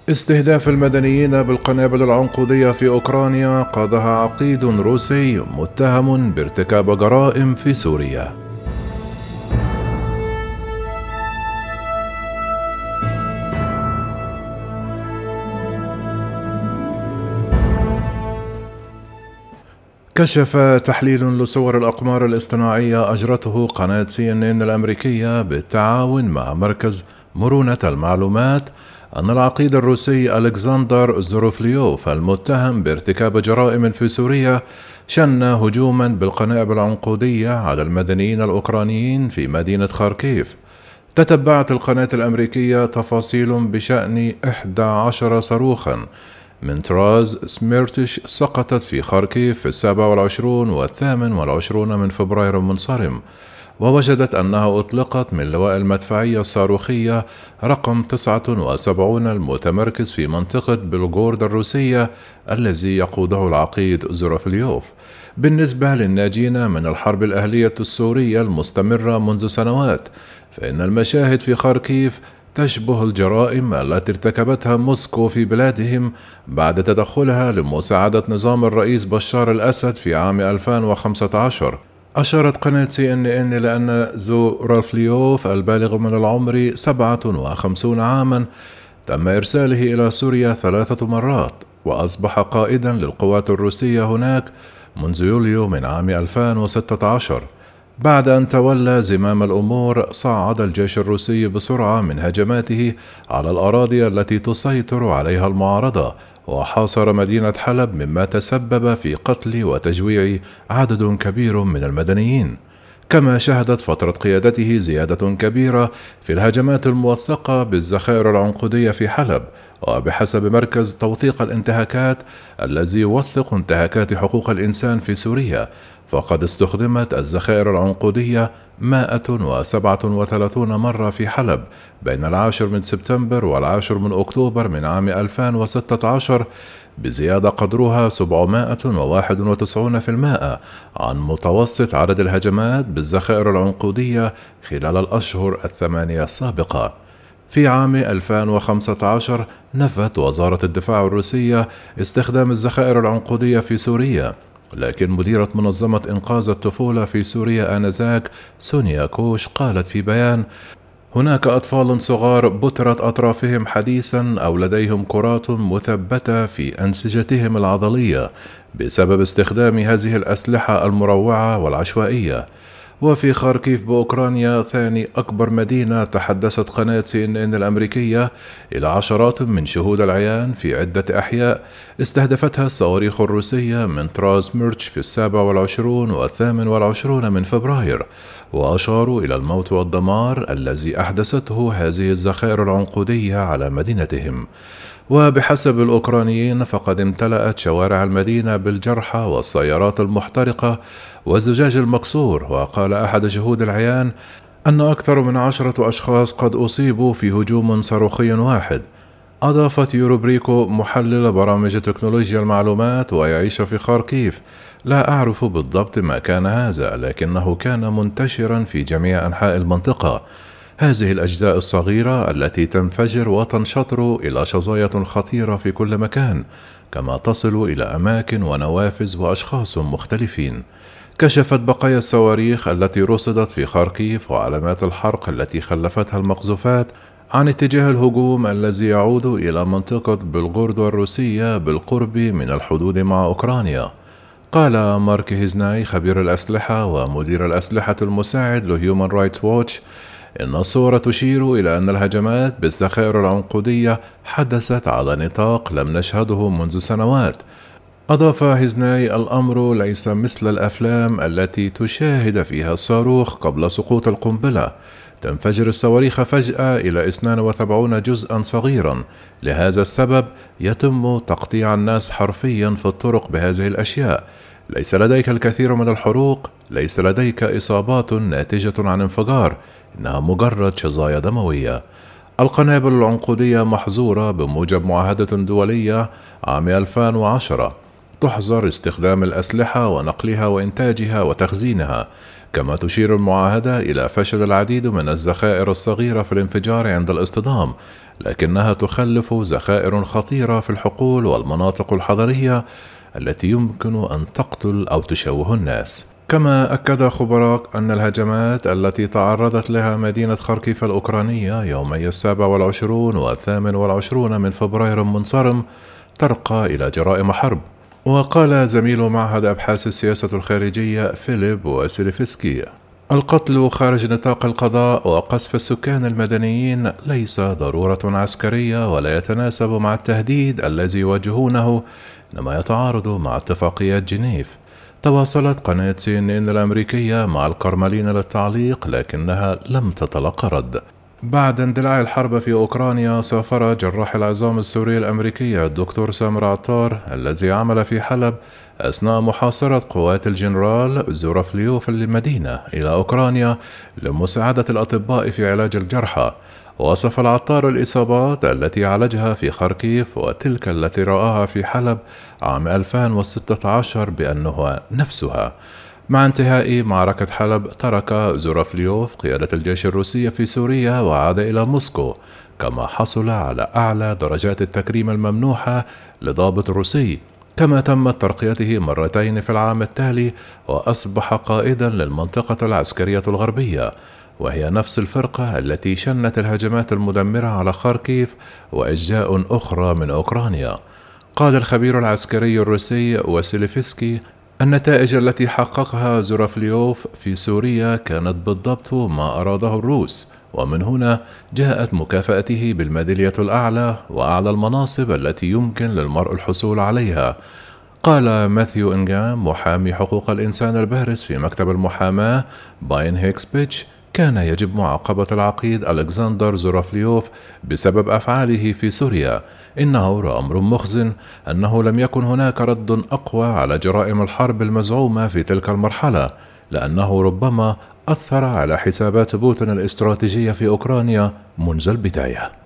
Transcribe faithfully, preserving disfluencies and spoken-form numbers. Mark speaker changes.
Speaker 1: استهداف المدنيين بالقنابل العنقودية في أوكرانيا قادها عقيد روسي متهم بارتكاب جرائم في سوريا. كشف تحليل لصور الأقمار الاصطناعية أجرته قناة سي إن إن الأمريكية بالتعاون مع مركز مرونة المعلومات أن العقيد الروسي ألكسندر زوروفليوف المتهم بارتكاب جرائم في سوريا شن هجوما بالقنابل العنقودية على المدنيين الأوكرانيين في مدينة خاركيف. تتبعت القناة الأمريكية تفاصيل بشأن إحدى عشر صاروخا من طراز سميرتش سقطت في خاركيف في السابع والعشرون والثامن والعشرون من فبراير المنصرم، ووجدت أنها أطلقت من لواء المدفعية الصاروخية رقم تسعة وسبعين المتمركز في منطقة بلغورد الروسية الذي يقوده العقيد زوروفليوف. بالنسبة للناجين من الحرب الأهلية السورية المستمرة منذ سنوات، فإن المشاهد في خاركيف تشبه الجرائم التي ارتكبتها موسكو في بلادهم بعد تدخلها لمساعدة نظام الرئيس بشار الأسد في عام ألفين وخمسة عشر. أشارت قناة سي إن إن إلى أن زوروفليوف البالغ من العمر سبعة وخمسين عاما تم إرساله إلى سوريا ثلاثة مرات، وأصبح قائدا للقوات الروسية هناك منذ يوليو من عام ألفين وستة عشر. بعد أن تولى زمام الأمور، صعد الجيش الروسي بسرعة من هجماته على الأراضي التي تسيطر عليها المعارضة، وحاصر مدينة حلب، مما تسبب في قتل وتجويع عدد كبير من المدنيين. كما شهدت فترة قيادته زيادة كبيرة في الهجمات الموثقة بالذخائر العنقودية في حلب. وبحسب مركز توثيق الانتهاكات الذي يوثق انتهاكات حقوق الإنسان في سوريا، فقد استخدمت الذخائر العنقودية مائة وسبعة وثلاثين مرة في حلب بين العاشر من سبتمبر والعاشر من أكتوبر من عام ألفين وستة عشر، بزيادة قدرها سبعمائة وواحد وتسعين بالمئة عن متوسط عدد الهجمات بالذخائر العنقودية خلال الأشهر الثمانية السابقة. في عام ألفين وخمسة عشر نفت وزارة الدفاع الروسية استخدام الذخائر العنقودية في سوريا، لكن مديرة منظمة إنقاذ الطفولة في سوريا آنذاك سونيا كوش قالت في بيان: هناك أطفال صغار بترت أطرافهم حديثا أو لديهم كرات مثبتة في أنسجتهم العضلية بسبب استخدام هذه الأسلحة المروعة والعشوائية. وفي خاركيف بأوكرانيا، ثاني أكبر مدينة، تحدثت قناة سي إن إن الأمريكية إلى عشرات من شهود العيان في عدة أحياء استهدفتها الصواريخ الروسية من طراز ميرتش في السابع والعشرون والثامن والعشرون من فبراير، وأشاروا إلى الموت والدمار الذي أحدثته هذه الذخائر العنقودية على مدينتهم. وبحسب الأوكرانيين، فقد امتلأت شوارع المدينة بالجرحى والسيارات المحترقة والزجاج المكسور. وقال أحد شهود العيان أن أكثر من عشرة أشخاص قد أصيبوا في هجوم صاروخي واحد. أضافت يوروبريكو محلل برامج تكنولوجيا المعلومات ويعيش في خاركيف: لا أعرف بالضبط ما كان هذا، لكنه كان منتشرا في جميع أنحاء المنطقة. هذه الأجزاء الصغيرة التي تنفجر وتنشطر إلى شظايا خطيرة في كل مكان، كما تصل إلى أماكن ونوافذ وأشخاص مختلفين. كشفت بقايا الصواريخ التي رصدت في خاركيف وعلامات الحرق التي خلفتها المقذوفات عن اتجاه الهجوم الذي يعود إلى منطقة بلغورد الروسية بالقرب من الحدود مع أوكرانيا. قال مارك هيزناي، خبير الأسلحة ومدير الأسلحة المساعد لهيومان رايتس ووتش، إن الصورة تشير إلى أن الهجمات بالذخائر العنقودية حدثت على نطاق لم نشهده منذ سنوات. أضاف هيزناي: الأمر ليس مثل الأفلام التي تشاهد فيها الصاروخ قبل سقوط القنبلة. تنفجر الصواريخ فجأة إلى اثنين وسبعين جزءا صغيرا، لهذا السبب يتم تقطيع الناس حرفيا في الطرق بهذه الأشياء. ليس لديك الكثير من الحروق، ليس لديك إصابات ناتجة عن انفجار، إنها مجرد شظايا دموية. القنابل العنقودية محظورة بموجب معاهدة دولية عام ألفين وعشرة تحظر استخدام الأسلحة ونقلها وإنتاجها وتخزينها. كما تشير المعاهدة إلى فشل العديد من الذخائر الصغيرة في الانفجار عند الاصطدام، لكنها تخلف ذخائر خطيرة في الحقول والمناطق الحضرية التي يمكن أن تقتل أو تشوه الناس. كما أكد خبراء أن الهجمات التي تعرضت لها مدينة خاركيف الأوكرانية يومي السابع والعشرون والثامن والعشرون من فبراير المنصرم ترقى إلى جرائم حرب. وقال زميل معهد أبحاث السياسة الخارجية فيليب واسيليفسكي: القتل خارج نطاق القضاء وقصف السكان المدنيين ليس ضرورة عسكرية ولا يتناسب مع التهديد الذي يواجهونه، إنما يتعارض مع اتفاقيات جنيف. تواصلت قناة سي إن إن الأمريكية مع القرملين للتعليق، لكنها لم تتلقى رد. بعد اندلاع الحرب في أوكرانيا، سافر جراح العظام السوري الأمريكي الدكتور سامر عطار الذي عمل في حلب أثناء محاصرة قوات الجنرال زورافليوف للمدينة إلى أوكرانيا لمساعدة الأطباء في علاج الجرحى. وصف العطار الإصابات التي عالجها في خاركيف وتلك التي رآها في حلب عام ألفين وستة عشر بأنها نفسها. مع انتهاء معركة حلب، ترك زورافليوف قيادة الجيش الروسي في سوريا وعاد إلى موسكو، كما حصل على أعلى درجات التكريم الممنوحة لضابط روسي، كما تمت ترقيته مرتين في العام التالي، وأصبح قائدا للمنطقة العسكرية الغربية، وهي نفس الفرقة التي شنت الهجمات المدمرة على خاركيف وأجزاء أخرى من أوكرانيا. قال الخبير العسكري الروسي واسيليفسكي: النتائج التي حققها زورافليوف في سوريا كانت بالضبط ما أراده الروس، ومن هنا جاءت مكافأته بالميدالية الأعلى وأعلى المناصب التي يمكن للمرء الحصول عليها. قال ماثيو إنجام، محامي حقوق الإنسان البارز في مكتب المحاماة باين هيكس بيتش: كان يجب معاقبة العقيد ألكسندر زورافليوف بسبب أفعاله في سوريا. إنه أمر مخزن أنه لم يكن هناك رد أقوى على جرائم الحرب المزعومة في تلك المرحلة، لأنه ربما أثر على حسابات بوتين الاستراتيجية في أوكرانيا منذ البداية.